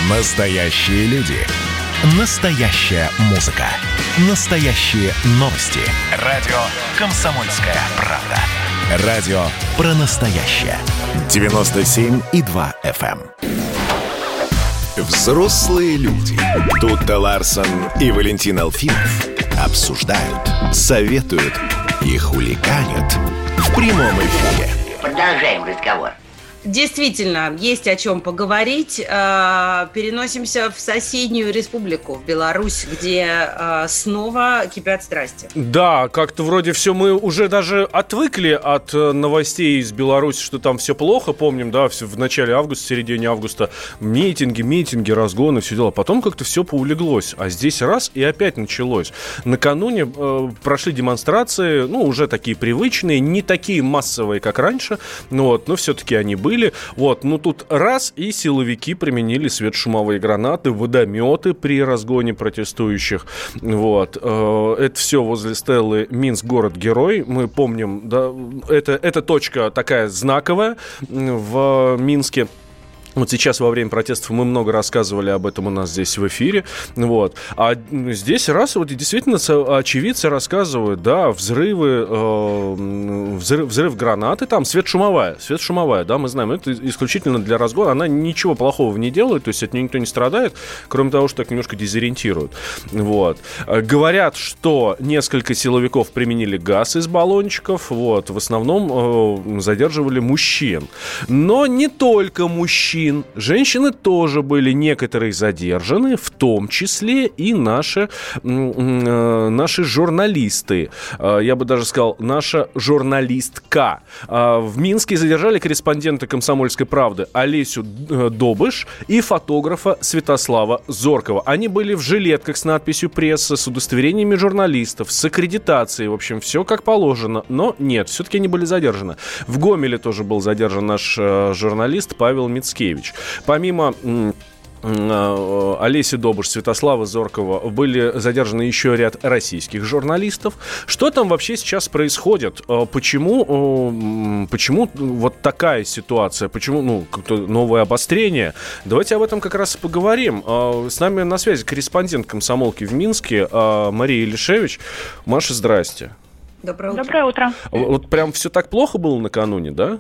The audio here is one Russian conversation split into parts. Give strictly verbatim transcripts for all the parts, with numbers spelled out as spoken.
Настоящие люди. Настоящая музыка. Настоящие новости. Радио «Комсомольская правда». Радио про настоящее. девяносто семь и два эф эм. Взрослые люди. Тутта Ларсон и Валентин Алфимов обсуждают, советуют и хулиганят в прямом эфире. Продолжаем разговор. Действительно, есть о чем поговорить. Переносимся в соседнюю республику, в Беларусь, где снова кипят страсти. Да, как-то вроде все мы уже даже отвыкли от новостей из Беларуси, что там все плохо. Помним, да, в начале августа, в середине августа митинги, митинги, разгоны, все дела. Потом как-то все поулеглось, а здесь раз и опять началось. Накануне э, прошли демонстрации, ну, уже такие привычные, не такие массовые, как раньше, но, вот, но все-таки они были. Вот, ну тут раз, и силовики применили светошумовые гранаты, водометы при разгоне протестующих. Вот, это все возле стелы «Минск, город-герой». Мы помним, да, это, это точка такая знаковая в Минске. Вот сейчас во время протестов мы много рассказывали об этом у нас здесь в эфире. Вот. А здесь раз вот действительно очевидцы рассказывают, да, взрывы, э, взрыв, взрыв гранаты, там светошумовая, светошумовая, да, мы знаем, это исключительно для разгона, она ничего плохого не делает, то есть от нее никто не страдает, кроме того, что так немножко дезориентирует. Вот. Говорят, что несколько силовиков применили газ из баллончиков, вот, в основном э, задерживали мужчин. Но не только мужчин. Женщины тоже были некоторые задержаны, в том числе и наши, э, наши журналисты. Э, я бы даже сказал, наша журналистка. Э, в Минске задержали корреспондента «Комсомольской правды» Олесю Добыш и фотографа Святослава Зоркова. Они были в жилетках с надписью «Пресса», с удостоверениями журналистов, с аккредитацией. В общем, все как положено. Но нет, все-таки они были задержаны. В Гомеле тоже был задержан наш э, журналист Павел Мицкевич. Помимо Олеси Добыш, Святослава Зоркова были задержаны еще ряд российских журналистов. Что там вообще сейчас происходит? Почему, почему вот такая ситуация? Почему ну, новое обострение? Давайте об этом как раз и поговорим. С нами на связи корреспондент «Комсомолки» в Минске Мария Илишевич. Маша, здрасте. Доброе утро. Доброе утро. Вот прям все так плохо было накануне, да?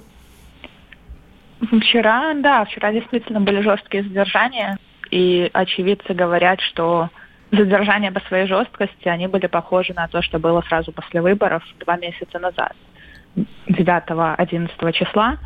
Вчера, да, вчера действительно были жесткие задержания, и очевидцы говорят, что задержания по своей жесткости, они были похожи на то, что было сразу после выборов два месяца назад, девятого-одиннадцатого числа.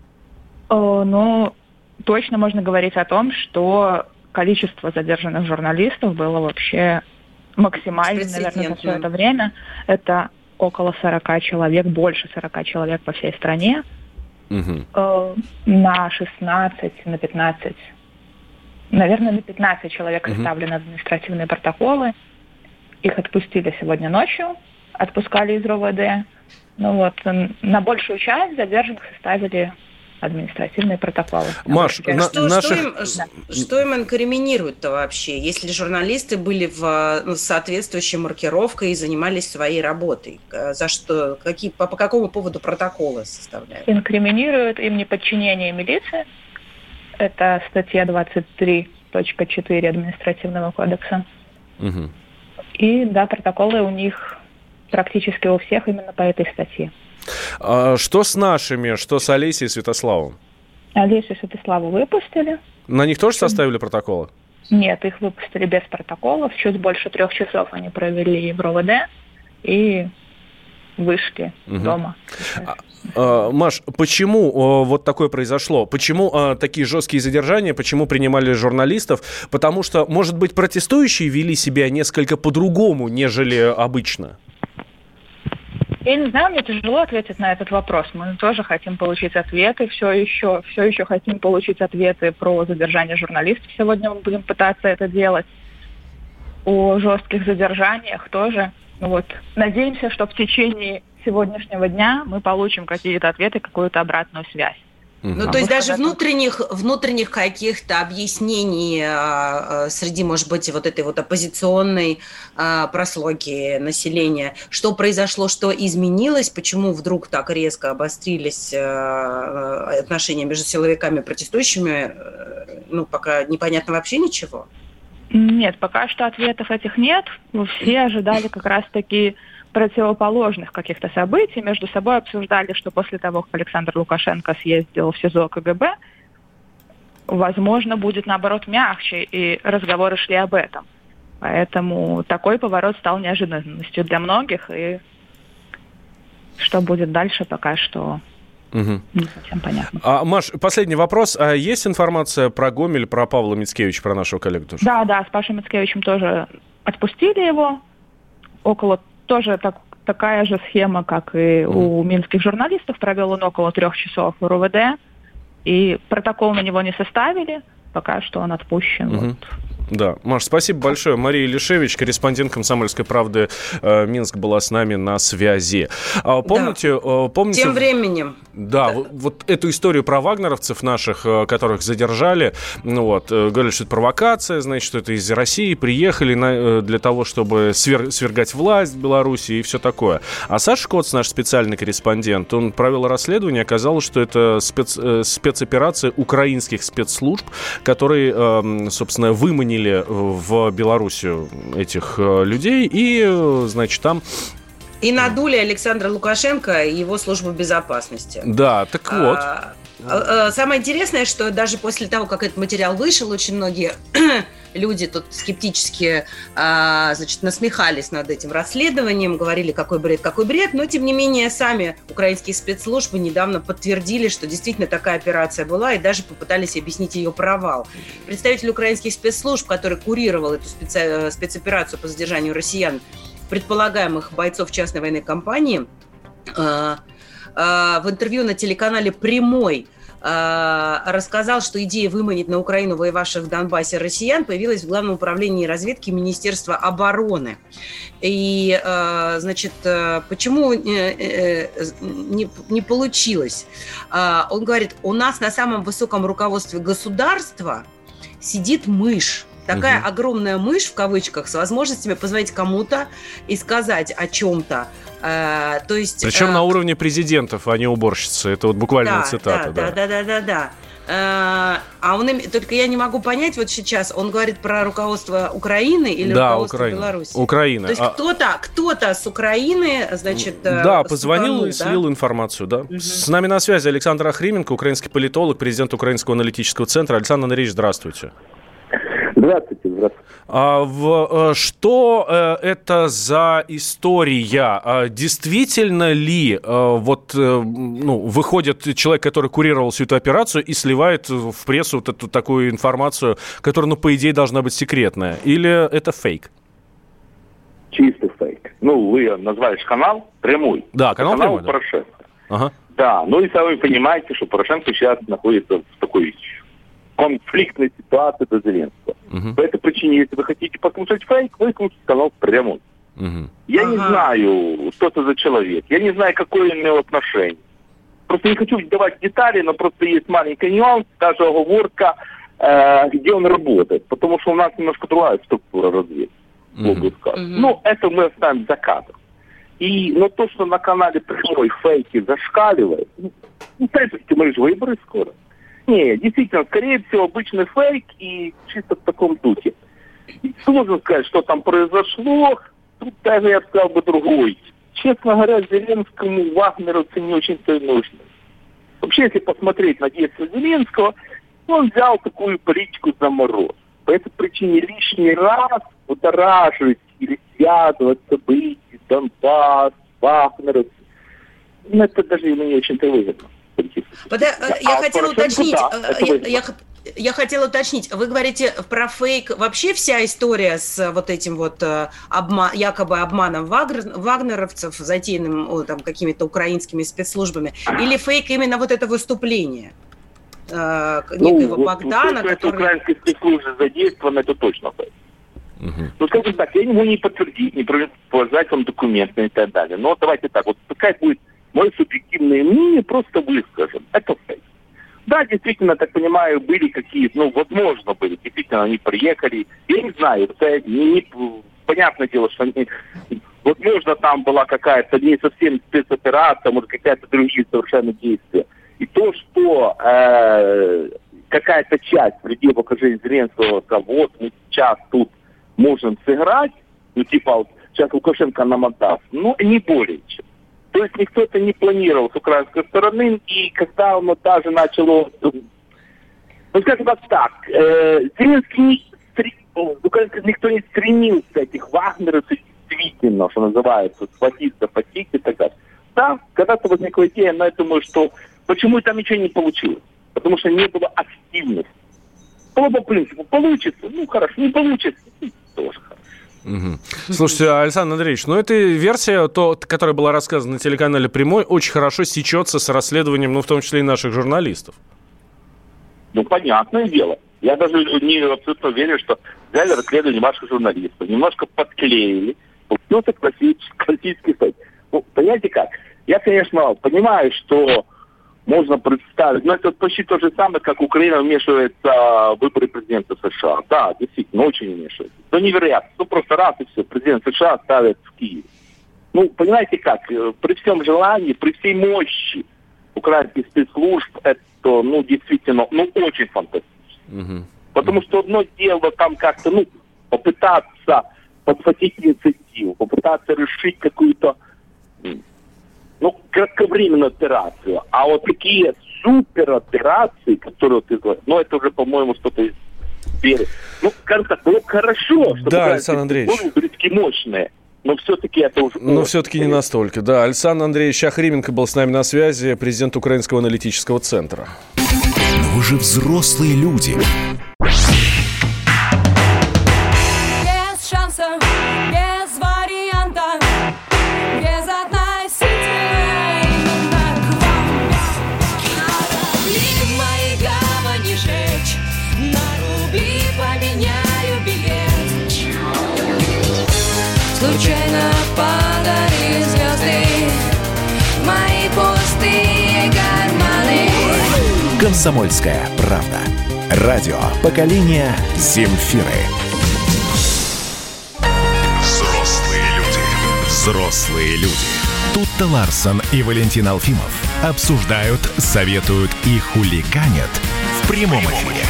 Но точно можно говорить о том, что количество задержанных журналистов было вообще максимальным, наверное, за все это время. Это около сорока человек, больше сорока человек по всей стране. Uh-huh. На шестнадцать, на пятнадцать, наверное, на пятнадцать человек составлены uh-huh. административные протоколы. Их отпустили сегодня ночью, отпускали из РОВД. Ну вот, на большую часть задержанных составили административные протоколы. Маш, на, что, наших... что, им, да. что им инкриминируют-то вообще, если журналисты были в ну, соответствующей маркировкой и занимались своей работой? За что? Какие, по, по какому поводу протоколы составляют? Инкриминируют им неподчинение милиции. Это статья двадцать три точка четыре административного кодекса. Угу. И да, протоколы у них практически у всех именно по этой статье. А что с нашими, что с Олесей и Святославом? Олесю и Святославу выпустили. На них тоже составили протоколы? Нет, их выпустили без протоколов. Чуть больше трех часов они провели в РОВД и вышли угу. дома. А, а, Маш, почему а, вот такое произошло? Почему а, такие жесткие задержания? Почему принимали журналистов? Потому что, может быть, протестующие вели себя несколько по-другому, нежели обычно? Я не знаю, мне тяжело ответить на этот вопрос. Мы тоже хотим получить ответы, все еще, все еще хотим получить ответы про задержание журналистов. Сегодня мы будем пытаться это делать. О жестких задержаниях тоже. Вот. Надеемся, что в течение сегодняшнего дня мы получим какие-то ответы, какую-то обратную связь. Ну, то есть даже внутренних, внутренних каких-то объяснений э, среди, может быть, вот этой вот оппозиционной э, прослойки населения, что произошло, что изменилось, почему вдруг так резко обострились э, отношения между силовиками и протестующими, э, ну, пока непонятно вообще ничего? Нет, пока что ответов этих нет. Все ожидали как раз-таки противоположных каких-то событий, между собой обсуждали, что после того, как Александр Лукашенко съездил в СИЗО КГБ, возможно, будет, наоборот, мягче, и разговоры шли об этом. Поэтому такой поворот стал неожиданностью для многих, и что будет дальше, пока что угу. не совсем понятно. А, Маш, последний вопрос. А есть информация про Гомель, про Павла Мицкевича, про нашего коллегу тоже? Да, да, с Пашей Мицкевичем тоже отпустили его. Около тоже так, такая же схема, как и у минских журналистов. Провел он около трех часов в РУВД, и протокол на него не составили. Пока что он отпущен. Угу. Вот. Да, Маш, спасибо большое. Мария Лишевич, корреспондент «Комсомольской правды» э, Минск, была с нами на связи. А, помните, да. э, помните... Тем временем. Да, да. Вот, вот эту историю про вагнеровцев наших, э, которых задержали, ну вот, э, говорят, что это провокация, значит, что это из России приехали на, э, для того, чтобы свер, свергать власть в Беларуси и все такое. А Саша Коц, наш специальный корреспондент, он провел расследование, оказалось, что это спец, э, спецоперация украинских спецслужб, которые, э, собственно, выманили в Белоруссию этих людей, и, значит, там... И надули Александра Лукашенко и его службу безопасности. Да, так вот. А, самое интересное, что даже после того, как этот материал вышел, очень многие люди тут скептически, значит, насмехались над этим расследованием, говорили, какой бред, какой бред, но, тем не менее, сами украинские спецслужбы недавно подтвердили, что действительно такая операция была, и даже попытались объяснить ее провал. Представитель украинских спецслужб, который курировал эту специ... спецоперацию по задержанию россиян, предполагаемых бойцов частной военной компании, в интервью на телеканале «Прямой» рассказал, что идея выманить на Украину воевавших в Донбассе россиян появилась в Главном управлении разведки Министерства обороны. И, значит, почему не, не получилось? Он говорит, у нас на самом высоком руководстве государства сидит мышь. Такая угу. огромная мышь, в кавычках, с возможностями позвонить кому-то и сказать о чем-то. Э, то есть, Причем э, на уровне президентов, а не уборщицы. Это вот буквально да, цитата. Да, да, да, да, да. да. Э, а он, только я не могу понять, вот сейчас он говорит про руководство Украины или да, руководство Украина. Беларуси? Украина. То есть а... кто-то, кто-то с Украины, значит, да, позвонил стуканул, и слил да? информацию, да. Угу. С нами на связи Александр Охрименко, украинский политолог, президент Украинского аналитического центра. Александр Андреевич, здравствуйте. Здравствуйте, здравствуйте. А, в, что э, это за история? А, действительно ли э, вот, э, ну, выходит человек, который курировал всю эту операцию и сливает в прессу вот эту такую информацию, которая, ну, по идее, должна быть секретная? Или это фейк? Чистый фейк. Ну, вы назвали канал «Прямой». Да, канал, канал «Прямой». Порошенко. Да. Ага. Да, ну и сами понимаете, что Порошенко сейчас находится в такой конфликтной ситуации до Зеленского. Uh-huh. По этой причине, если вы хотите послушать фейк, вы слушайте канал «Прямой». Uh-huh. Я ага. не знаю, что это за человек. Я не знаю, какое он имел отношение. Просто не хочу давать детали, но просто есть маленький нюанс, даже оговорка, э, где он работает. Потому что у нас немножко другая структура разведки. Uh-huh. Uh-huh. Ну, это мы оставим за кадром. И, но то, что на канале «Прямой» фейки зашкаливают, ну, смотрите, мы же выборы скоро. Не, действительно, скорее всего, обычный фейк и чисто в таком духе. Сложно сказать, что там произошло. Тут даже я сказал бы другой. Честно говоря, Зеленскому вагнеровцы не очень-то и нужны. Вообще, если посмотреть на действия Зеленского, он взял такую политику за мороз. По этой причине лишний раз будоражить или связывать события, Донбасс, вагнеровцы, ну, это даже ему не очень-то выгодно. Пода... Я а хотела уточнить, да, я, я, я хотела уточнить, вы говорите про фейк, вообще вся история с вот этим вот обман, якобы обманом вагнер, вагнеровцев, затеянным там, какими-то украинскими спецслужбами, или фейк именно вот это выступление э, некоего ну, Богдана, вот, который... украинские спецслужбы задействованы, это точно фейк. Угу. Ну, скажем так, я не могу не подтвердить, не показать вам документы и так далее, но давайте так, вот какая будет мое субъективное мнение, просто выскажем. Это фейк. Да, действительно, так понимаю, были какие-то, ну, возможно, были. Действительно, они приехали. Я не знаю, это не, не, понятное дело, что они, возможно, там была какая-то не совсем спецоперация, может, какая-то другие совершенно действия. И то, что э, какая-то часть людей в окружении Зеленского сказала, вот мы сейчас тут можем сыграть, ну, типа, вот, сейчас Лукашенко нам отдаст, ну, не более чем. То есть никто это не планировал с украинской стороны, и когда он даже начал, ну, скажем так, э, Зеленский, украинский никто не стремился этих вагнеровцев действительно, что называется, схватить, захватить и так далее. Да, когда-то возникла идея, но я думаю, что почему там ничего не получилось? Потому что не было активности. Было по принципу, получится, ну хорошо, не получится, ну, тоже хорошо. Угу. Слушайте, Александр Андреевич, ну эта версия, то, которая была рассказана на телеканале «Прямой», очень хорошо сечется с расследованием, ну в том числе и наших журналистов. Ну, понятное дело. Я даже не абсолютно верю, что взяли расследование ваших журналистов, немножко подклеили, получился классический, классический сайт. Ну, понимаете как? Я, конечно, понимаю, что можно представить, но это почти то же самое, как Украина вмешивается в выборы президента США. Да, действительно, очень вмешивается. Ну, невероятно. Ну, просто раз и все, президент США ставят в Киеве. Ну, понимаете как, при всем желании, при всей мощи украинских спецслужб, это, ну, действительно, ну, очень фантастично. Угу. Потому что одно дело там как-то, ну, попытаться подхватить инициативу, попытаться решить какую-то, ну, кратковременную операцию. А вот такие супероперации, которые ты говоришь, ну, это уже, по-моему, что-то из сферы. Ну, скажем так, было хорошо, что да, Александр Андреевич, были такие мощные. Но все-таки это уже... Но все-таки не настолько, да. Александр Андреевич Ахрименко был с нами на связи, президент Украинского аналитического центра. Но вы же взрослые люди. Без шансов, без вариантов, без относительной именно к вам. Корабли в моей гавани жечь, на рубли поменяю билет. Случайно падали звезды в мои пустые карманы. «Комсомольская правда». Радио поколения Земфиры. Взрослые люди. Взрослые люди. Тут-то Ларсон и Валентин Алфимов обсуждают, советуют и хулиганят в прямом эфире.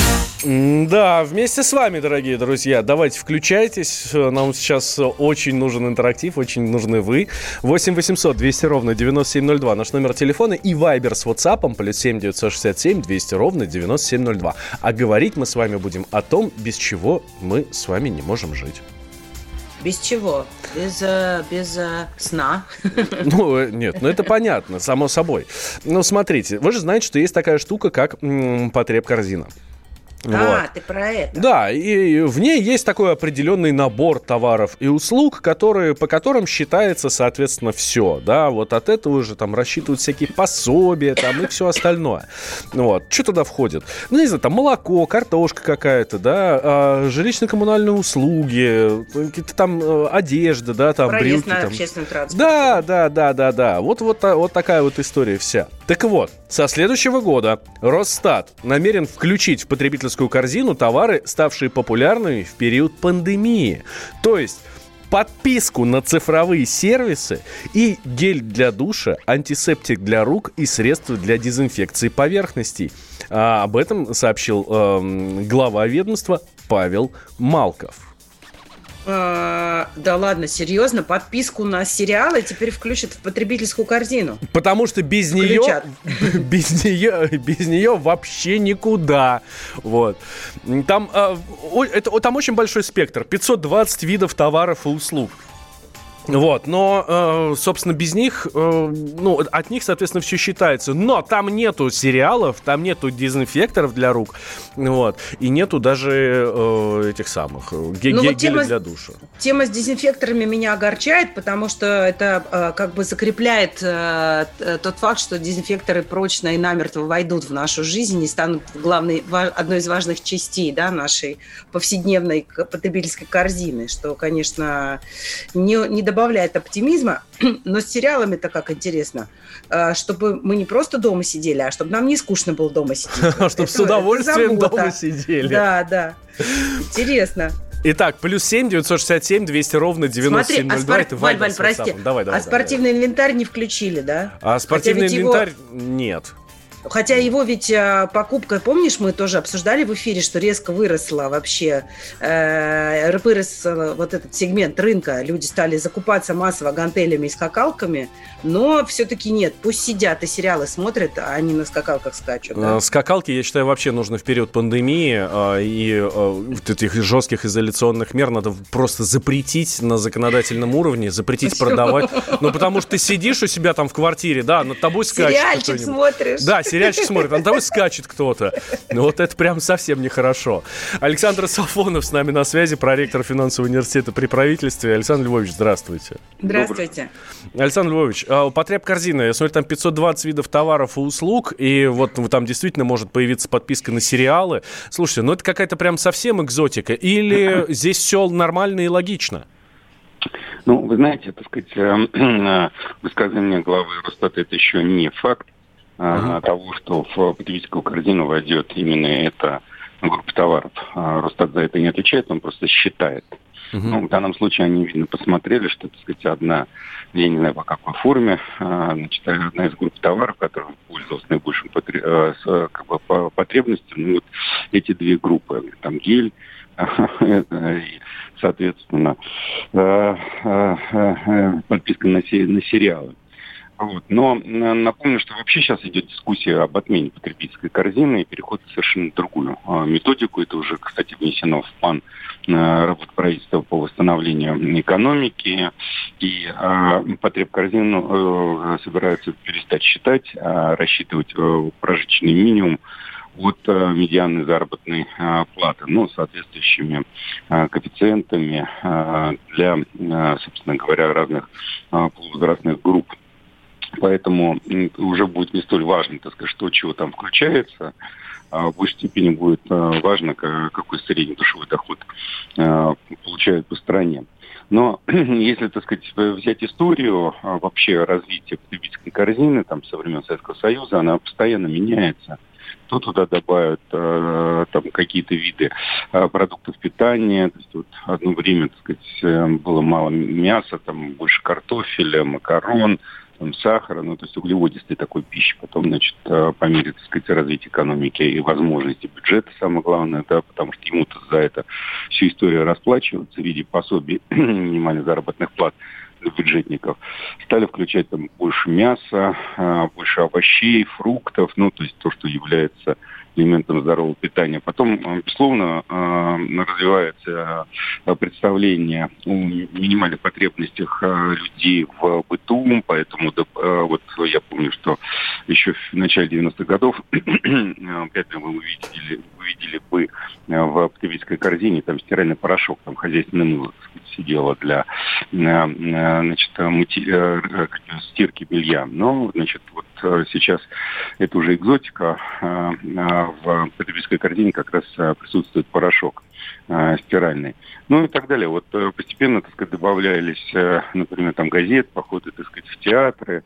Да, вместе с вами, дорогие друзья. Давайте включайтесь. Нам сейчас очень нужен интерактив, очень нужны вы. восемь восемьсот двести ровно девяносто семь ноль два. Наш номер телефона и вайбер с WhatsApp плюс семь девятьсот шестьдесят семь двести ровно девяносто семь ноль два. А говорить мы с вами будем о том, без чего мы с вами не можем жить. Без чего? Без, без сна? Ну, нет, ну это понятно, само собой. Ну, смотрите, вы же знаете, что есть такая штука, как м- потреб-корзина. А, вот. Ты про это. Да, и в ней есть такой определенный набор товаров и услуг, которые, по которым считается, соответственно, все, да, вот от этого же там рассчитывают всякие пособия там и все остальное. Вот, что туда входит? Ну, не знаю, там молоко, картошка какая-то, да, а, жилищно-коммунальные услуги, какие-то там одежда, да, там проезд брюки. на там. общественном транспорте. Да, да, да, да, да, вот, вот, вот такая вот история вся. Так вот, со следующего года Росстат намерен включить в потребительскую корзину товары, ставшие популярными в период пандемии. То есть подписку на цифровые сервисы и гель для душа, антисептик для рук и средства для дезинфекции поверхностей. А об этом сообщил э, глава ведомства Павел Малков. А, да ладно, серьезно, подписку на сериалы теперь включат в потребительскую корзину. Потому что без нее, без нее, без нее вообще никуда. Вот. Там, это, там очень большой спектр. пятьсот двадцать видов товаров и услуг. Вот, но, собственно, без них, ну, от них, соответственно, все считается. Но там нету сериалов, там нету дезинфекторов для рук, вот, и нету даже э, этих самых ге- ну, ге- вот гелей для душа. Тема с дезинфекторами меня огорчает, потому что это э, как бы закрепляет э, тот факт, что дезинфекторы прочно и намертво войдут в нашу жизнь и станут главной, одной из важных частей, да, нашей повседневной потребительской корзины, что, конечно, не, не добавляет добавляет оптимизма. Но с сериалами-то как интересно, чтобы мы не просто дома сидели, а чтобы нам не скучно было дома сидеть. Чтобы с удовольствием дома сидели. Да, да. Интересно. Итак, плюс семь девятьсот шестьдесят семь двести ровно девяносто семь ноль два. Это Валь, Валь, прости. Давай, давай, а спортивный давай. инвентарь не включили, да? А спортивный инвентарь его... нет. Хотя его ведь покупка, помнишь, мы тоже обсуждали в эфире, что резко выросла вообще, э, вырос вот этот сегмент рынка. Люди стали закупаться массово гантелями и скакалками, но все-таки нет. Пусть сидят и сериалы смотрят, а они на скакалках скачут. Да? Скакалки, я считаю, вообще нужно в период пандемии э, и э, вот этих жестких изоляционных мер надо просто запретить на законодательном уровне, запретить Почему? продавать. Ну, потому что ты сидишь у себя там в квартире, да, над тобой скачет сериальчик смотришь. Да, сериальчик смотрит, а на тобой скачет кто-то. Ну, вот это прям совсем нехорошо. Александр Сафонов с нами на связи, проректор финансового университета при правительстве. Александр Львович, здравствуйте. Здравствуйте. Александр Львович, потребкорзина, я смотрю, там пятьсот двадцать видов товаров и услуг, и вот там действительно может появиться подписка на сериалы. Слушайте, ну это какая-то прям совсем экзотика, или здесь все нормально и логично? Ну, вы знаете, так сказать, высказывание главы Росстата — это еще не факт. Uh-huh. того, что в потребительскую корзину войдет именно эта группа товаров. Росстат за это не отвечает, он просто считает. Uh-huh. Ну, в данном случае они, видно, посмотрели, что, так сказать, одна, я не знаю, по какой форме, значит, одна из групп товаров, которая пользовалась наибольшим как бы, потребностью, ну, вот эти две группы, там гель, и, соответственно, подписка на сериалы. Вот. Но напомню, что вообще сейчас идет дискуссия об отмене потребительской корзины и переход в совершенно другую методику. Это уже, кстати, внесено в план работы правительства по восстановлению экономики. И потребкорзину собираются перестать считать, а рассчитывать прожиточный минимум от медианной заработной платы, ну, соответствующими коэффициентами для, собственно говоря, разных полувозрастных групп. Поэтому уже будет не столь важно, так сказать, что чего там включается. А в большей степени будет важно, какой средний душевой доход получают по стране. Но если, так сказать, взять историю вообще развития потребительской корзины там, со времен Советского Союза, она постоянно меняется. То туда добавят э, там какие-то виды э, продуктов питания. То есть вот одно время, так сказать, было мало мяса, там больше картофеля, макарон, там, сахара, ну, то есть углеводистой такой пищи. Потом, значит, по мере, так сказать, развития экономики и возможностей бюджета, самое главное, да, потому что ему-то за это всю историю расплачиваться в виде пособий минимальных заработных плат для бюджетников, стали включать там больше мяса, больше овощей, фруктов, ну, то есть то, что является элементом здорового питания. Потом, безусловно, развивается представление о минимальных потребностях людей в быту, поэтому вот я помню, что еще в начале девяностых годов вряд ли вы увидели, увидели бы в потребительской корзине там стиральный порошок, там хозяйственное мыло сидело для значит, стирки белья. Но, значит, вот сейчас это уже экзотика. В потребительской корзине как раз присутствует порошок стиральный. Ну и так далее. Вот постепенно, так сказать, добавлялись, например, там газеты, походы, так сказать, в театры.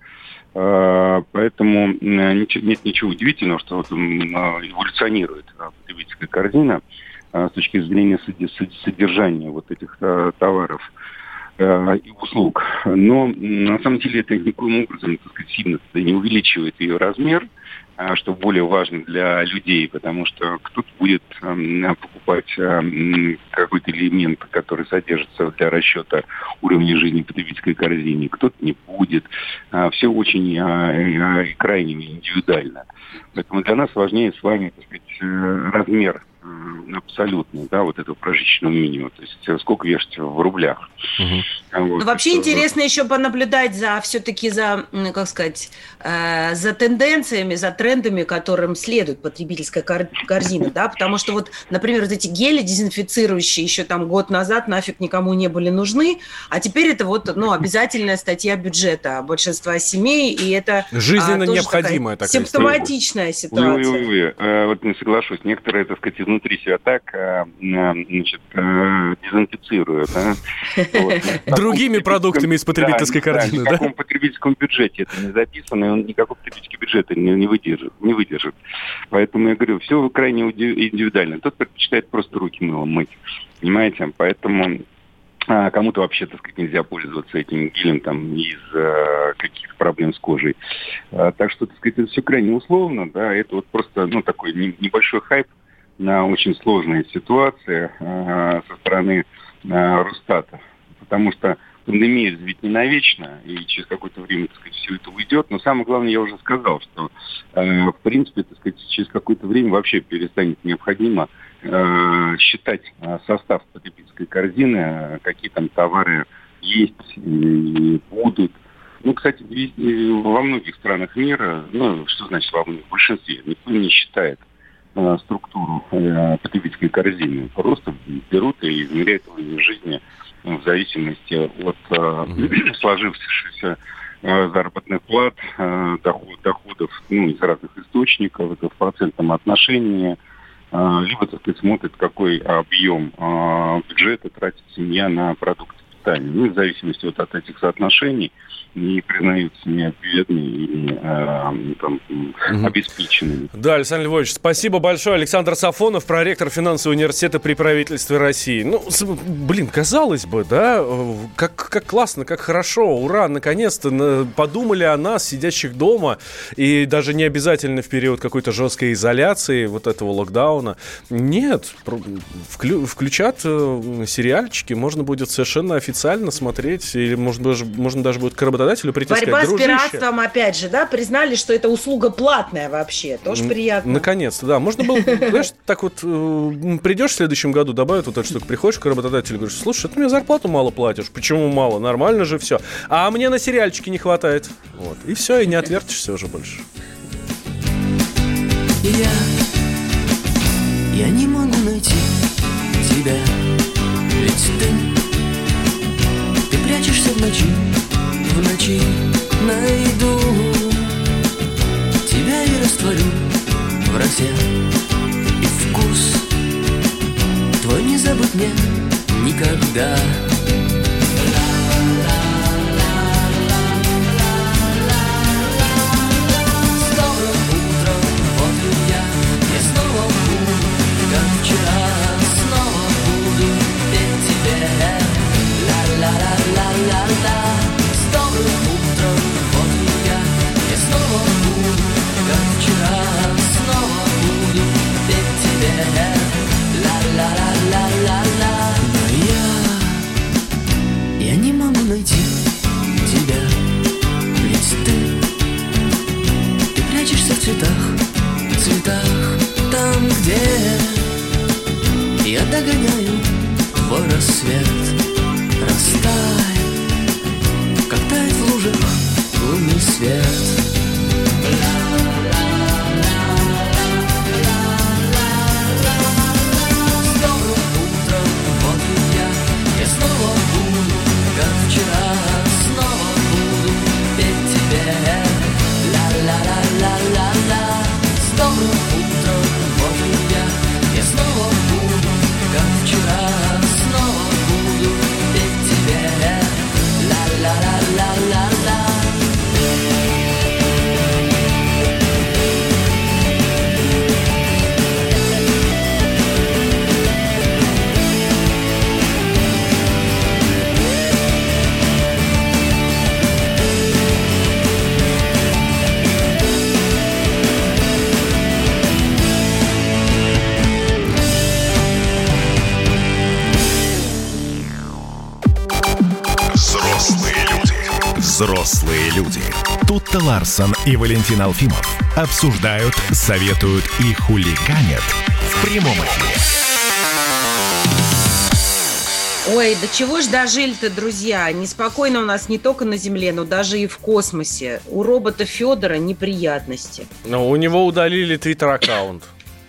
Поэтому нет ничего удивительного, что вот эволюционирует потребительская корзина с точки зрения содержания вот этих товаров и услуг. Но на самом деле это никоим образом, так сказать, сильно не увеличивает ее размер, что более важно для людей, потому что кто-то будет э, покупать э, какой-то элемент, который содержится для расчета уровня жизни в потребительской корзине, кто-то не будет. Э, все очень э, э, крайне индивидуально. Поэтому для нас важнее с вами, так сказать, э, размер э, абсолютный, да, вот этого прожиточного минимума, то есть сколько вешать в рублях. Угу. Вот. Ну, вообще это... интересно еще понаблюдать за все-таки за, как сказать, э, за тенденциями, за трендами, которым следует потребительская корзина, да, потому что вот, например, вот эти гели дезинфицирующие еще там год назад нафиг никому не были нужны, а теперь это вот, ну, обязательная статья бюджета большинства семей, и это жизненно а, необходимая такая симптоматичная ситуация. Ой, ой, ой. А, вот не соглашусь, некоторые, так сказать, из изнутри себя так, значит, дезинфицируя. Да? Вот. Другими продуктами из потребительской да, корзины, да? В каком потребительском бюджете это не записано, и он никакой потребительский бюджет не, не, выдержит, не выдержит. Поэтому я говорю, все крайне индивидуально. Кто-то предпочитает просто руки мылом мыть, понимаете? Поэтому... А кому-то вообще, так сказать, нельзя пользоваться этим гелем там из-за каких-то проблем с кожей. А, так что, так сказать, это все крайне условно, да, это вот просто, ну, такой небольшой хайп на очень сложные ситуации а, со стороны а, Росстата. Потому что пандемия ведь не навечно, и через какое-то время, так сказать, все это уйдет. Но самое главное, я уже сказал, что, э, в принципе, так сказать, через какое-то время вообще перестанет необходимо э, считать состав потребительской корзины, какие там товары есть и будут. Ну, кстати, во многих странах мира, ну, что значит во многих, в большинстве, никто не считает э, структуру э, потребительской корзины. Просто берут и измеряют его в жизни в зависимости от э, сложившихся э, заработных плат, э, доход, доходов ну, из разных источников, это в процентном отношении, э, либо, так сказать, смотрят, какой объем э, бюджета тратит семья на продукты питания. Ну, в зависимости вот от этих соотношений не признаются не бедными или э, там, угу. обеспеченными. Да, Александр Львович, спасибо большое. Александр Сафонов, проректор финансового университета при правительстве России. Ну, блин, казалось бы, да, как, как классно, как хорошо, ура, наконец-то подумали о нас, сидящих дома, и даже не обязательно в период какой-то жесткой изоляции, вот этого локдауна. Нет, вклю, включат сериальчики, можно будет совершенно официально смотреть, или можно даже, можно даже будет к работодателю прийти и сказать: борьба дружище, с пиратством, опять же, да, признали, что это услуга платная вообще, тоже приятно. Наконец-то, да. Можно было, знаешь, так вот придешь в следующем году, добавят вот эту штуку, приходишь к работодателю и говоришь: слушай, ты мне зарплату мало платишь. Почему мало? Нормально же все. А мне на сериальчики не хватает. Вот. И все, и не отвертишься уже больше. Я, я не могу найти тебя, ведь ты, ты прячешься в ночи, в ночи найду тебя и растворю в росе, и вкус твой не забыть мне никогда. Найти тебя, ведь ты, ты прячешься в цветах, в цветах, там, где я догоняю твой рассвет. Растай, как тает в лужах лунный свет. Взрослые люди. Тут-то Ларсон и Валентин Алфимов обсуждают, советуют и хулиганят в прямом эфире. Ой, до чего ж дожили-то, друзья? Неспокойно у нас не только на Земле, но даже и в космосе. У робота Федора неприятности. Но у него удалили твиттер-аккаунт.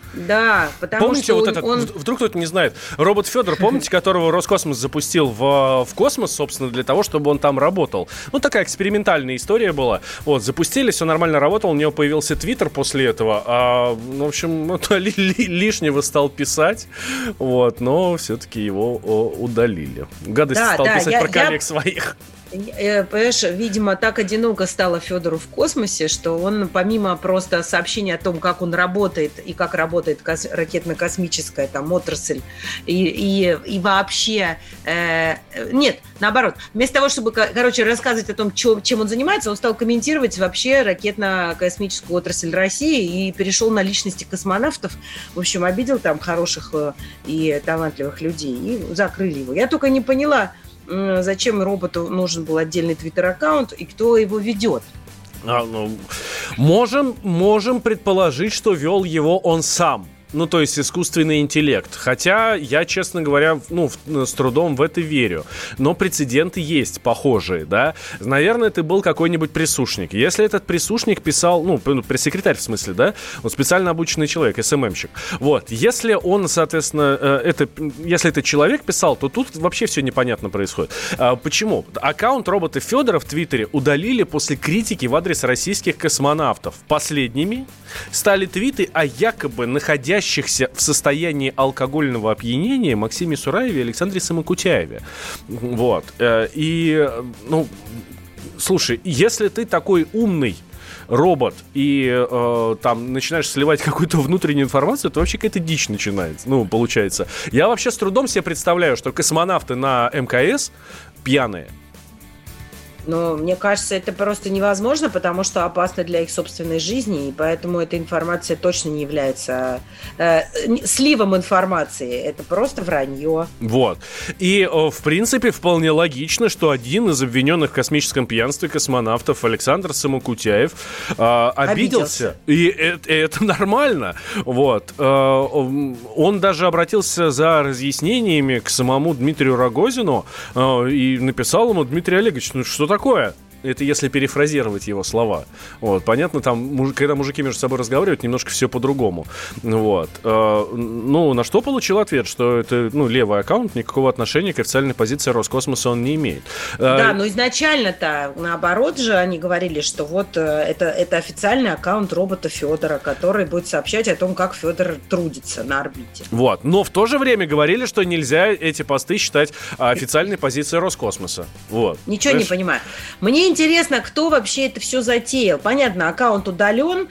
Да, потому помните, что вот он, этот, он... вдруг кто-то не знает, робот Федор, помните, которого Роскосмос запустил в, в космос, собственно, для того, чтобы он там работал. Ну, такая экспериментальная история была. Вот, запустили, все нормально работало, у него появился Твиттер после этого, а, ну, в общем, это ли, ли, лишнего стал писать, вот, но все-таки его о, удалили. Гадость да, стал да, писать я, про коллег я... своих. Понимаешь, видимо, так одиноко стало Федору в космосе, что он, помимо просто сообщения о том, как он работает и как работает кос- ракетно-космическая там отрасль, и, и, и вообще... Э, нет, наоборот. Вместо того, чтобы, короче, рассказывать о том, чё, чем он занимается, он стал комментировать вообще ракетно-космическую отрасль России и перешел на личности космонавтов. В общем, обидел там хороших и талантливых людей, и закрыли его. Я только не поняла, зачем роботу нужен был отдельный твиттер-аккаунт и кто его ведет. А, ну, можем, можем предположить, что вел его он сам. Ну, то есть искусственный интеллект. Хотя я, честно говоря, ну, с трудом в это верю. Но прецеденты есть похожие, да. Наверное, это был какой-нибудь пресушник. Если этот пресушник писал, ну, пресс-секретарь в смысле, да, он специально обученный человек, эс эм эм-щик. Вот. Если он, соответственно, это, если это человек писал, то тут вообще все непонятно происходит. Почему? Аккаунт робота Федора в Твиттере удалили после критики в адрес российских космонавтов. Последними стали твиты о якобы находящихся в состоянии алкогольного опьянения Максиме Сураеве и Александре Самокутяеве. Вот. И, ну, слушай, если ты такой умный робот и э, там начинаешь сливать какую-то внутреннюю информацию, то вообще какая-то дичь начинается. Ну, получается. Я вообще с трудом себе представляю, что космонавты на эм ка эс пьяные. Но мне кажется, это просто невозможно, потому что опасно для их собственной жизни, и поэтому эта информация точно не является э, сливом информации. Это просто вранье. Вот. И, в принципе, вполне логично, что один из обвиненных в космическом пьянстве космонавтов, Александр Самокутяев, э, обиделся. обиделся. И это, это нормально. Вот. Э, он даже обратился за разъяснениями к самому Дмитрию Рогозину э, и написал ему: Дмитрий Олегович, ну что такое? Это если перефразировать его слова. Вот. Понятно, там, муж, когда мужики между собой разговаривают, немножко все по-другому. Вот. Э, ну, на что получил ответ, что это, ну, левый аккаунт, никакого отношения к официальной позиции Роскосмоса он не имеет. Да, э, но изначально-то, наоборот же, они говорили, что вот это, это официальный аккаунт робота Федора, который будет сообщать о том, как Федор трудится на орбите. Вот. Но в то же время говорили, что нельзя эти посты считать официальной позицией Роскосмоса. Вот. Ничего Знаешь? не понимаю. Мне интересно, кто вообще это все затеял. Понятно, аккаунт удален,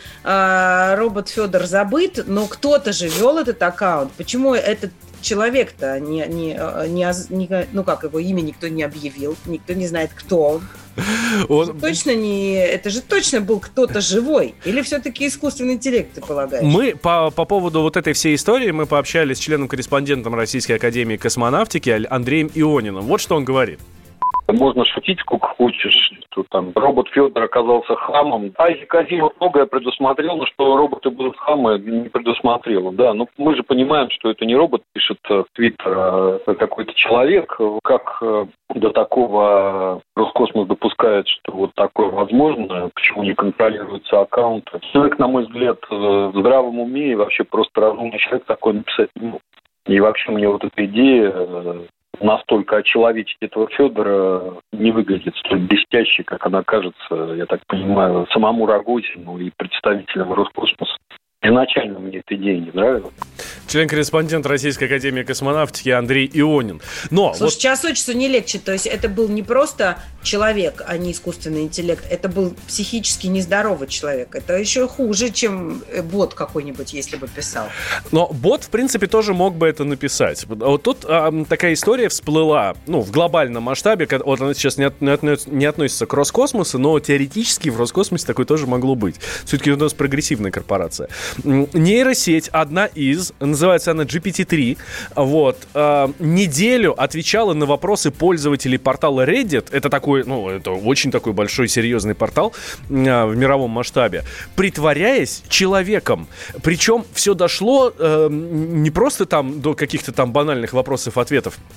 робот Федор забыт, но кто-то же вел этот аккаунт. Почему этот человек-то не, не, не, не, ну как, его имя никто не объявил, никто не знает, кто он. Он... Точно не, это же точно был кто-то живой. Или все-таки искусственный интеллект, ты полагаешь? Мы по, по поводу вот этой всей истории мы пообщались с членом-корреспондентом Российской академии космонавтики Андреем Иониным. Вот что он говорит. Можно шутить сколько хочешь, что там робот Федор оказался хамом. Айзек Азимов многое предусмотрел, но что роботы будут хамы, не предусмотрел. Да, но мы же понимаем, что это не робот пишет в Твиттер, а какой-то человек. Как до такого Роскосмос допускает, что вот такое возможно, почему не контролируются аккаунты. Человек, на мой взгляд, в здравом уме и вообще просто разумный человек такое написать не мог. И вообще мне вот эта идея настолько очеловечить этого Федора не выглядит столь блестяще, как она кажется, я так понимаю, самому Рогозину и представителям Роскосмоса. Изначально мне эта идея не нравилась. Член-корреспондент Российской академии космонавтики Андрей Ионин. Но Слушай, вот... час от часу не легче. То есть это был не просто человек, а не искусственный интеллект. Это был психически нездоровый человек. Это еще хуже, чем бот какой-нибудь, если бы писал. Но бот, в принципе, тоже мог бы это написать. Вот тут а, такая история всплыла, ну, в глобальном масштабе. Вот она сейчас не, от, не, от, не относится к Роскосмосу, но теоретически в Роскосмосе такое тоже могло быть. Все-таки у нас прогрессивная корпорация. Нейросеть, одна из, называется она джи пи ти три, вот, э, неделю отвечала на вопросы пользователей портала Reddit. Это такой, ну, это очень такой большой, серьезный портал э, в мировом масштабе, притворяясь человеком. Причем все дошло э, не просто там до каких-то там банальных вопросов-ответов,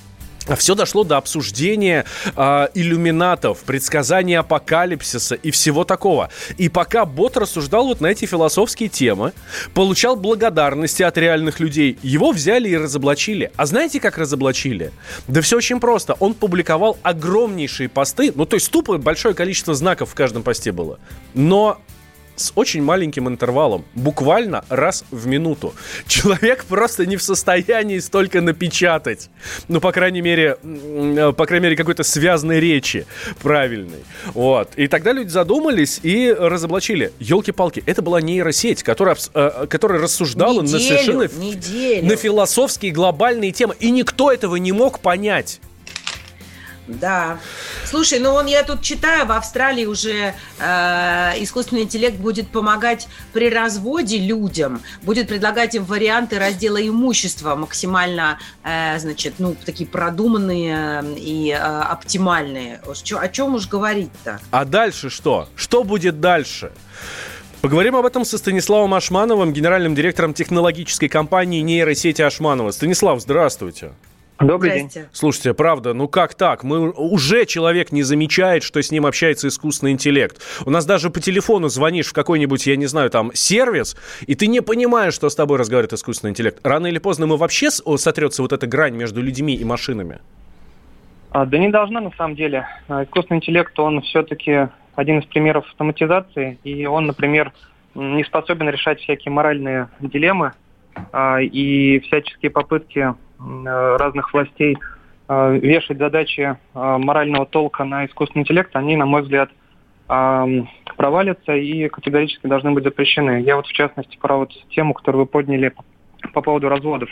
А все дошло до обсуждения э, иллюминатов, предсказания апокалипсиса и всего такого. И пока бот рассуждал вот на эти философские темы, получал благодарности от реальных людей, его взяли и разоблачили. А знаете, как разоблачили? Да все очень просто. Он публиковал огромнейшие посты, ну то есть тупо большое количество знаков в каждом посте было. Но с очень маленьким интервалом, буквально раз в минуту. Человек просто не в состоянии столько напечатать. Ну, по крайней мере, по крайней мере, какой-то связной речи правильной. Вот. И тогда люди задумались и разоблачили. Ёлки-палки, это была нейросеть, которая, которая рассуждала неделю, на совершенно неделю. на философские глобальные темы. И никто этого не мог понять. Да. Слушай, ну он, я тут читаю, в Австралии уже э, искусственный интеллект будет помогать при разводе людям, будет предлагать им варианты раздела имущества максимально, э, значит, ну, такие продуманные и э, оптимальные. О чем уж говорить-то? А дальше что? Что будет дальше? Поговорим об этом со Станиславом Ашмановым, генеральным директором технологической компании нейросети Ашманова. Станислав, здравствуйте. Добрый день. Слушайте, правда, ну как так? Мы уже человек не замечает, что с ним общается искусственный интеллект. У нас даже по телефону звонишь в какой-нибудь, я не знаю, там, сервис, и ты не понимаешь, что с тобой разговаривает искусственный интеллект. Рано или поздно мы вообще сотрется вот эта грань между людьми и машинами? А, да не должна, на самом деле. Искусственный интеллект, он все-таки один из примеров автоматизации, и он, например, не способен решать всякие моральные дилеммы а, и всяческие попытки разных властей э, вешать задачи э, морального толка на искусственный интеллект, они, на мой взгляд, э, провалятся и категорически должны быть запрещены. Я вот, в частности, про вот тему, которую вы подняли по поводу разводов.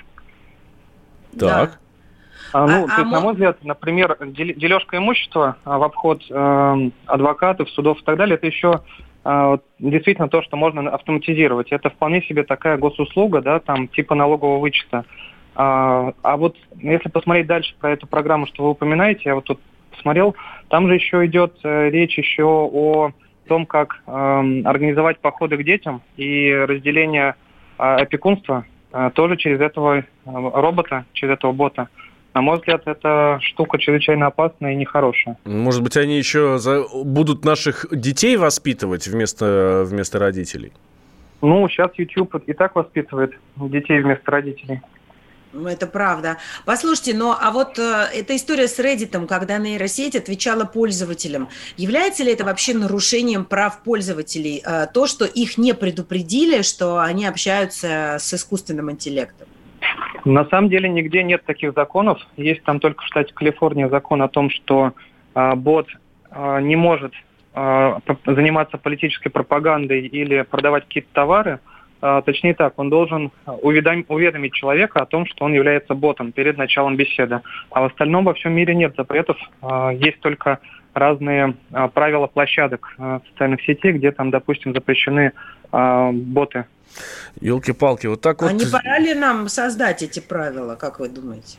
Так. А, ну, а, то есть, а на мой взгляд, например, дележка имущества в обход э, адвокатов, судов и так далее, это еще э, действительно то, что можно автоматизировать. Это вполне себе такая госуслуга, да, там, типа налогового вычета. А, а вот если посмотреть дальше про эту программу, что вы упоминаете, я вот тут посмотрел, там же еще идет э, речь еще о том, как э, организовать походы к детям и разделение э, опекунства э, тоже через этого э, робота, через этого бота. На мой взгляд, эта штука чрезвычайно опасная и нехорошая. Может быть, они еще за... будут наших детей воспитывать вместо, вместо родителей? Ну, сейчас YouTube и так воспитывает детей вместо родителей. Это правда. Послушайте, но а вот э, эта история с Reddit, когда нейросеть отвечала пользователям, является ли это вообще нарушением прав пользователей? Э, то, что их не предупредили, что они общаются с искусственным интеллектом? На самом деле нигде нет таких законов. Есть там только в штате Калифорния закон о том, что э, бот э, не может э, заниматься политической пропагандой или продавать какие-то товары. А, точнее так, он должен уведом... уведомить человека о том, что он является ботом перед началом беседы. А в остальном во всем мире нет запретов. А, есть только разные а, правила площадок а, социальных сетей, где там, допустим, запрещены а, боты. Ёлки-палки, вот так вот... А не пора ли нам создать эти правила, как вы думаете?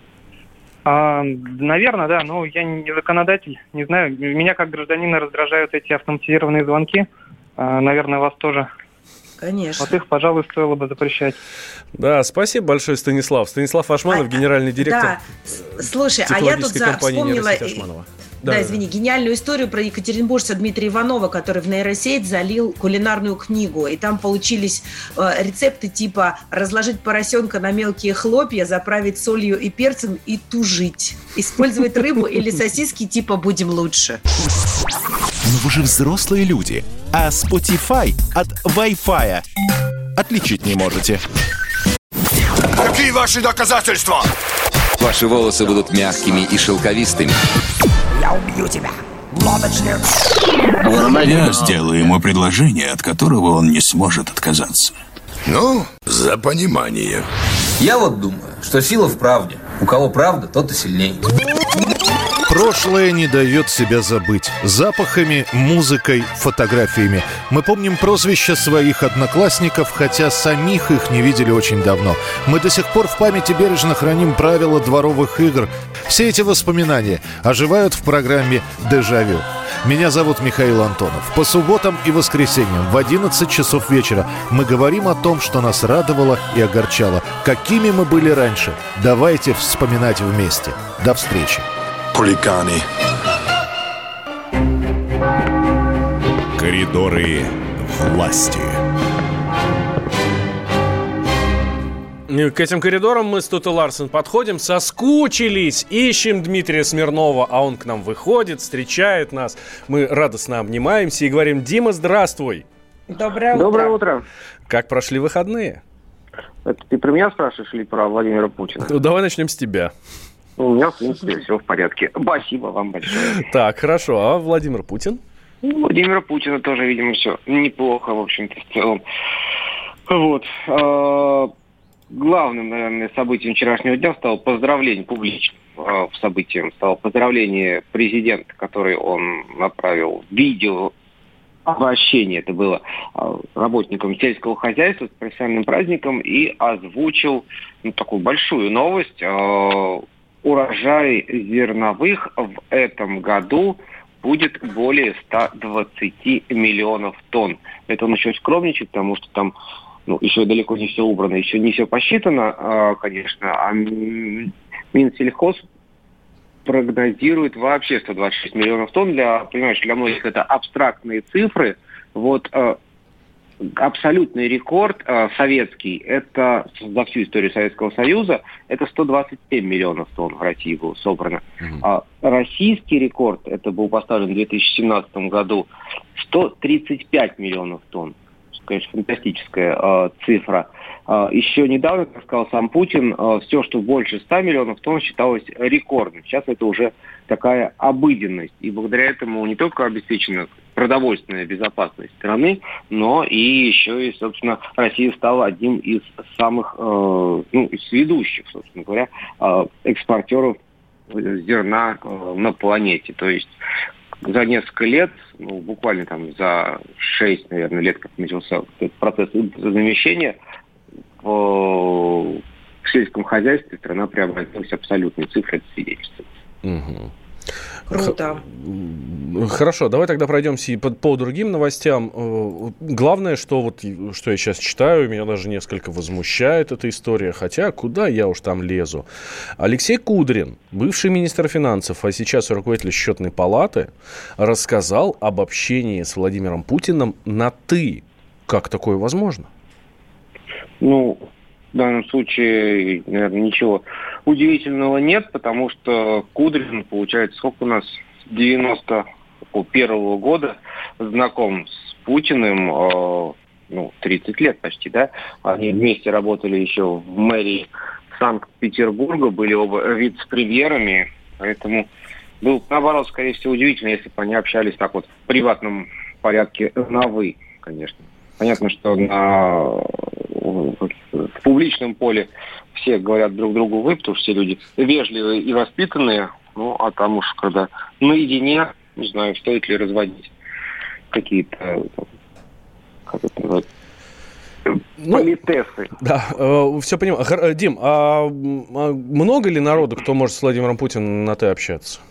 А, наверное, да, но я не законодатель, не знаю. Меня как гражданина раздражают эти автоматизированные звонки. А, наверное, вас тоже... Конечно. Вот их, пожалуй, стоило бы запрещать. Да, спасибо большое, Станислав. Станислав Ашманов, а, генеральный директор. Да, слушай, а я тут за... вспомнила... Да, да, извини, гениальную историю про екатеринбуржца Дмитрия Иванова, который в нейросеть залил кулинарную книгу. И там получились э, рецепты типа разложить поросенка на мелкие хлопья, заправить солью и перцем и тужить. Использовать рыбу или сосиски типа «будем лучше». Но вы же взрослые люди, а Spotify от Wi-Fi отличить не можете. Какие ваши доказательства? Ваши волосы будут мягкими и шелковистыми. Я убью тебя, лодочник. Я сделаю ему предложение, от которого он не сможет отказаться. Ну, за понимание. Я вот думаю, что сила в правде. У кого правда, тот и сильнее. Прошлое не дает себя забыть. Запахами, музыкой, фотографиями. Мы помним прозвища своих одноклассников, хотя самих их не видели очень давно. Мы до сих пор в памяти бережно храним правила дворовых игр. Все эти воспоминания оживают в программе «Дежавю». Меня зовут Михаил Антонов. По субботам и воскресеньям в одиннадцать часов вечера мы говорим о том, что нас радовало и огорчало. Какими мы были раньше. Давайте вспоминать вместе. До встречи. Хулиганы. Коридоры власти. К этим коридорам мы с Тутой Ларсен подходим, соскучились, ищем Дмитрия Смирнова, а он к нам выходит, встречает нас. Мы радостно обнимаемся и говорим: Дима, здравствуй. Доброе утро. Доброе утро. Как прошли выходные? Это ты про меня спрашиваешь или про Владимира Путина? Ну, давай начнем с тебя. У меня, в принципе, все в порядке. Спасибо вам большое. Так, хорошо. А Владимир Путин? У Владимира Путина тоже, видимо, все неплохо, в общем-то, в целом. Вот. Главным, наверное, событием вчерашнего дня стало поздравление, публичным э, событием стало поздравление президента, который он направил видео обращение, это было э, работникам сельского хозяйства с профессиональным праздником, и озвучил ну, такую большую новость. Э, урожай зерновых в этом году будет более ста двадцати миллионов тонн. Это он еще скромничает, потому что там Ну, еще далеко не все убрано, еще не все посчитано, конечно. А Минсельхоз прогнозирует вообще сто двадцать шесть миллионов тонн. Для, понимаешь, для многих это абстрактные цифры. Вот абсолютный рекорд советский, это за всю историю Советского Союза, это сто двадцать семь миллионов тонн в России было собрано. Mm-hmm. А российский рекорд, это был поставлен в две тысячи семнадцатом году, сто тридцать пять миллионов тонн. Конечно, фантастическая э, цифра. Э, еще недавно, как сказал сам Путин, э, все, что больше ста миллионов тонн, считалось рекордным. Сейчас это уже такая обыденность. И благодаря этому не только обеспечена продовольственная безопасность страны, но и еще и, собственно, Россия стала одним из самых, э, ну, из ведущих, собственно говоря, э, экспортеров зерна э, на планете. То есть за несколько лет, ну, буквально там за шесть, наверное, лет, как начался этот процесс замещения, в, в сельском хозяйстве страна преобразилась абсолютной цифрой, это свидетельство. Угу. Круто. Хорошо, давай тогда пройдемся и по, по другим новостям. Главное, что вот что я сейчас читаю, меня даже несколько возмущает эта история, хотя куда я уж там лезу. Алексей Кудрин, бывший министр финансов, а сейчас руководитель Счетной палаты, рассказал об общении с Владимиром Путиным на «ты». Как такое возможно? Ну, в данном случае, наверное, ничего удивительного нет, потому что Кудрин, получается, сколько у нас, с девяносто первого года знаком с Путиным, э, ну, тридцать лет почти, да? Они вместе работали еще в мэрии Санкт-Петербурга, были оба вице-премьерами, поэтому было, наоборот, скорее всего, удивительно, если бы они общались так вот в приватном порядке на «вы», конечно. Понятно, что на, в публичном поле все говорят друг другу «вы», потому что все люди вежливые и воспитанные. Ну, а там уж когда наедине, не знаю, стоит ли разводить какие-то, как это называется, ну, политесы. Да, э, все понимаю. Дим, а много ли народу, кто может с Владимиром Путиным на «ты» общаться?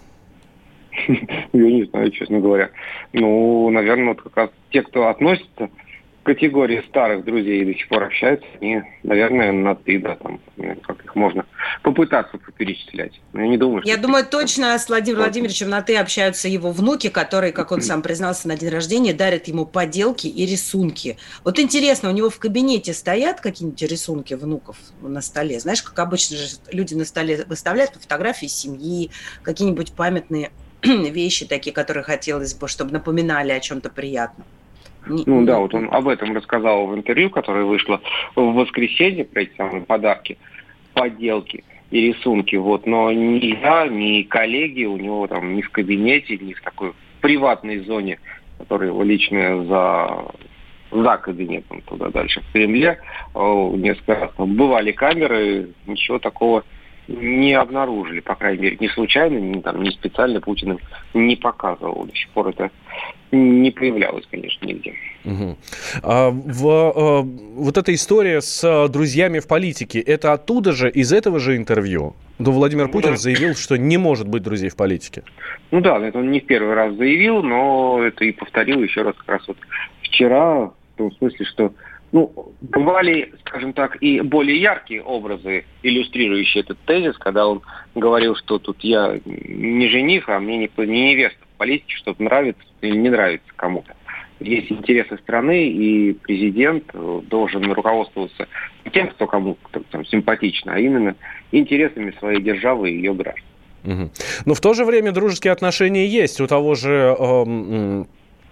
Я не знаю, честно говоря. Ну, наверное, вот как раз те, кто относится к категории старых друзей и до сих пор общаются, они, наверное, на «ты», да, там, как их можно попытаться перечислять. Но я не думаю, что... Я думаю, точно с Владимиром Владимировичем на «ты» общаются его внуки, которые, как он сам признался на день рождения, дарят ему поделки и рисунки. Вот интересно, у него в кабинете стоят какие-нибудь рисунки внуков на столе? Знаешь, как обычно же люди на столе выставляют фотографии семьи, какие-нибудь памятные вещи такие, которые хотелось бы, чтобы напоминали о чем-то приятном. Ну да, вот он об этом рассказал в интервью, которое вышло в воскресенье, про эти самые подарки, поделки и рисунки. Вот. Но ни я, ни коллеги у него там ни в кабинете, ни в такой приватной зоне, которая его личная за, за кабинетом, туда дальше в Кремле, несколько раз там бывали камеры, ничего такого не обнаружили, по крайней мере, не случайно, не, там, не специально Путин им не показывал. До сих пор это не появлялось, конечно, нигде. Угу. А, в, а, вот эта история с а, друзьями в политике, это оттуда же, из этого же интервью? Да, Владимир Путин да. заявил, что не может быть друзей в политике. Ну да, это он не в первый раз заявил, но это и повторил еще раз как раз вот вчера, в том смысле, что ну, бывали, скажем так, и более яркие образы, иллюстрирующие этот тезис, когда он говорил, что тут я не жених, а мне не, не невеста в политике, что-то нравится или не нравится кому-то. Есть интересы страны, и президент должен руководствоваться не тем, кто кому-то там симпатично, а именно интересами своей державы и ее граждан. Угу. Но в то же время дружеские отношения есть у того же, э,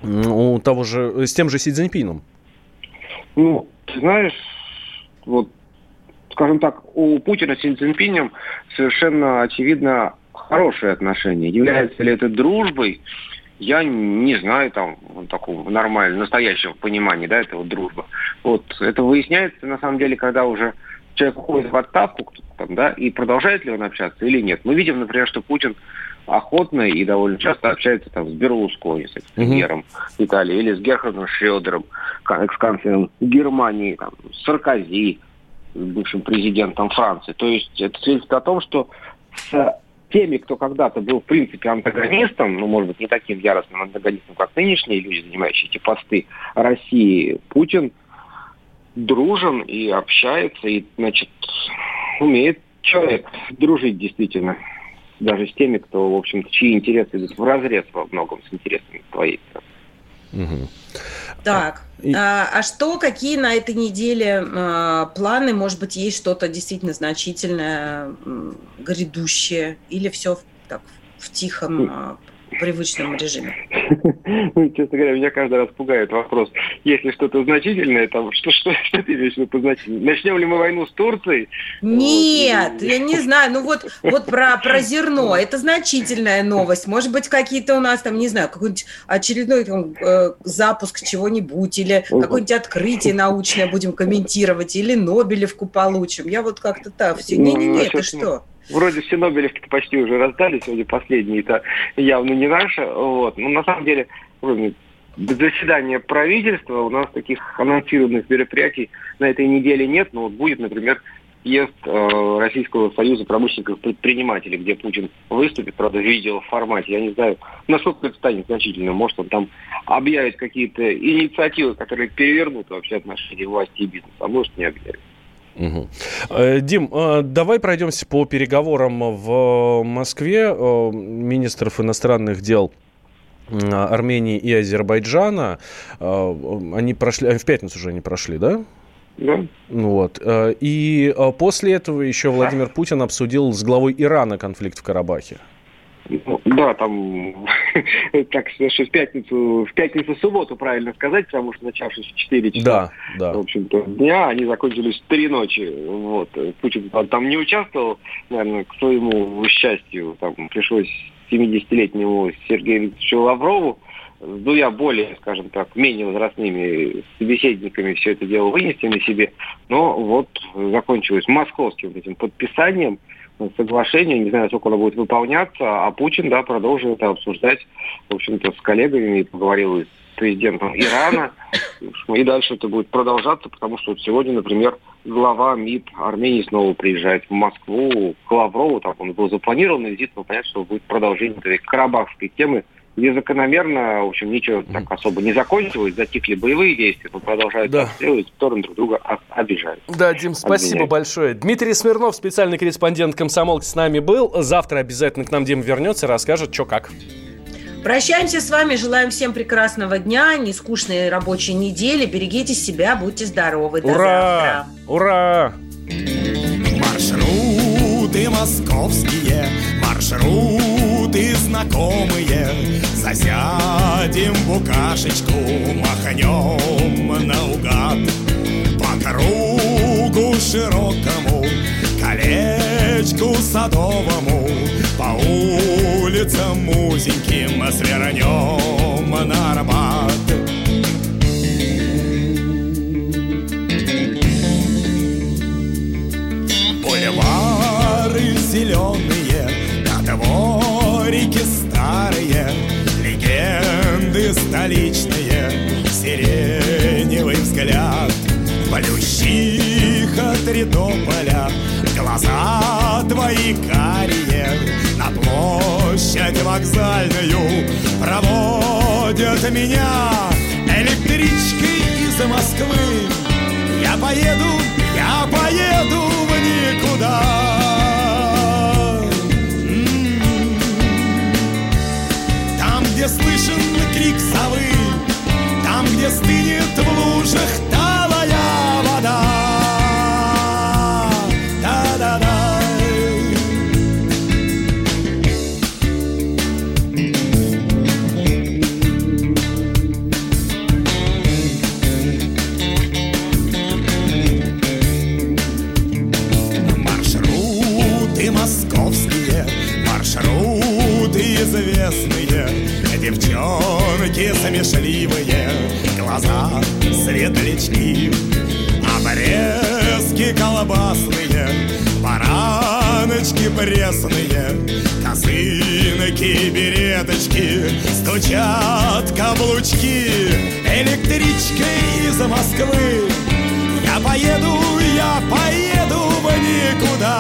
у того же, с тем же Си Цзиньпином. Ну, ты знаешь, вот, скажем так, у Путина с Си Цзиньпинем совершенно очевидно хорошие отношения. Является ли это дружбой, я не знаю там такого нормального, настоящего понимания, да, этого дружбы. Вот, это выясняется, на самом деле, когда уже человек уходит в отставку, кто-то там, да, и продолжает ли он общаться или нет. Мы видим, например, что Путин охотно и довольно часто общается там с Берлускони, с премьером mm-hmm. Италии, или с Герхардом Шрёдером, экс-канцлером Германии, там, с Саркози, с бывшим президентом Франции. То есть это свидетельствует о том, что с теми, кто когда-то был в принципе антагонистом, ну, может быть, не таким яростным антагонистом, как нынешние люди, занимающие эти посты России, Путин дружен и общается, и, значит, умеет человек дружить действительно. Даже с теми, кто, в общем-то, чьи интересы идут вразрез во многом с интересами твоей страны. Угу. Так, и... а, а что, какие на этой неделе а, планы? Может быть, есть что-то действительно значительное, м, грядущее? Или все так в тихом, а, привычном режиме? Ну, честно говоря, меня каждый раз пугает вопрос. Если что-то значительное, там, что, что, что ты имеешь в виду по значительному? Начнем ли мы войну с Турцией? Нет, вот. Я не знаю. Ну вот, вот про, про зерно. Это значительная новость. Может быть, какие-то у нас там, не знаю, какой-нибудь очередной там, э, запуск чего-нибудь, или какое-нибудь открытие научное будем комментировать, или Нобелевку получим. Я вот как-то так все. Не-не-не, ты что? Вроде все Нобелевки почти уже раздали, сегодня последние-то явно не наши. Вот. Но на самом деле, кроме заседания правительства, у нас таких анонсированных мероприятий на этой неделе нет. Но вот будет, например, съезд э, Российского союза промышленников и предпринимателей, где Путин выступит, правда, в видеоформате. Я не знаю, насколько это станет значительным. Может, он там объявит какие-то инициативы, которые перевернут вообще отношения власти и бизнеса, а может, не объявит. Угу. Дим, давай пройдемся по переговорам в Москве министров иностранных дел Армении и Азербайджана. Они прошли, в пятницу уже они прошли, да? Да. Вот. И после этого еще Владимир Путин обсудил с главой Ирана конфликт в Карабахе. Да, там, так что в пятницу, в пятницу-субботу, правильно сказать, потому что начавшись в четыре часа, да, да. в общем-то, дня, они закончились в три ночи. Вот. Путин там не участвовал, наверное, к своему счастью, там пришлось семидесятилетнему Сергею Викторовичу Лаврову, с двумя более, скажем так, менее возрастными собеседниками все это дело вынести на себе, но вот закончилось московским этим подписанием соглашение, не знаю, насколько оно будет выполняться, а Путин, да, продолжил это обсуждать, в общем-то, с коллегами, поговорил с президентом Ирана, и дальше это будет продолжаться, потому что вот сегодня, например, глава МИД Армении снова приезжает в Москву к Лаврову, там он был запланирован визит, но понятно, что будет продолжение этой карабахской темы, где закономерно, в общем, ничего так особо не закончилось, затихли боевые действия, но продолжают да. обстреливать, стороны друг друга обижают. Да, Дим, спасибо Обвиняют. большое. Дмитрий Смирнов, специальный корреспондент «Комсомолки», с нами был. Завтра обязательно к нам Дима вернется и расскажет, что как. Прощаемся с вами, желаем всем прекрасного дня, нескучной рабочей недели, берегите себя, будьте здоровы. До Ура! завтра. Ура! Маршруты московские, маршруты знакомые, засядем в букашечку, махнем наугад по кругу широкому, колечку садовому, по улицам узеньким свернем на Арбат. Бульвары центре тополя глаза твои карие на площадь вокзальную проводят меня электричкой из Москвы. Я поеду, я поеду в никуда. М-м-м. Там, где слышен крик совы, там, где стынет в лужах талая вода. Да-да-да. Маршруты московские, маршруты известные, девчонки смешливые, глаза светлячки, обрезки колбасные, бараночки пресные, косынки, береточки, стучат каблучки электричкой из Москвы. Я поеду, я поеду в никуда.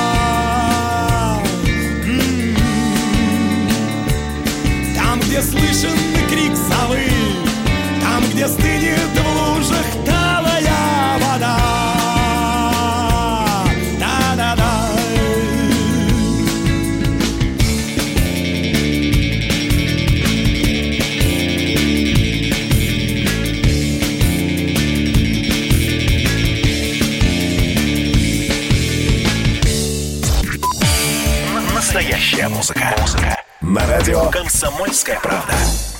Там, где слышен крик совы, там, где стынет в лужах талая вода. Да-да-да. Настоящая музыка. Музыка. На радио «Комсомольская правда».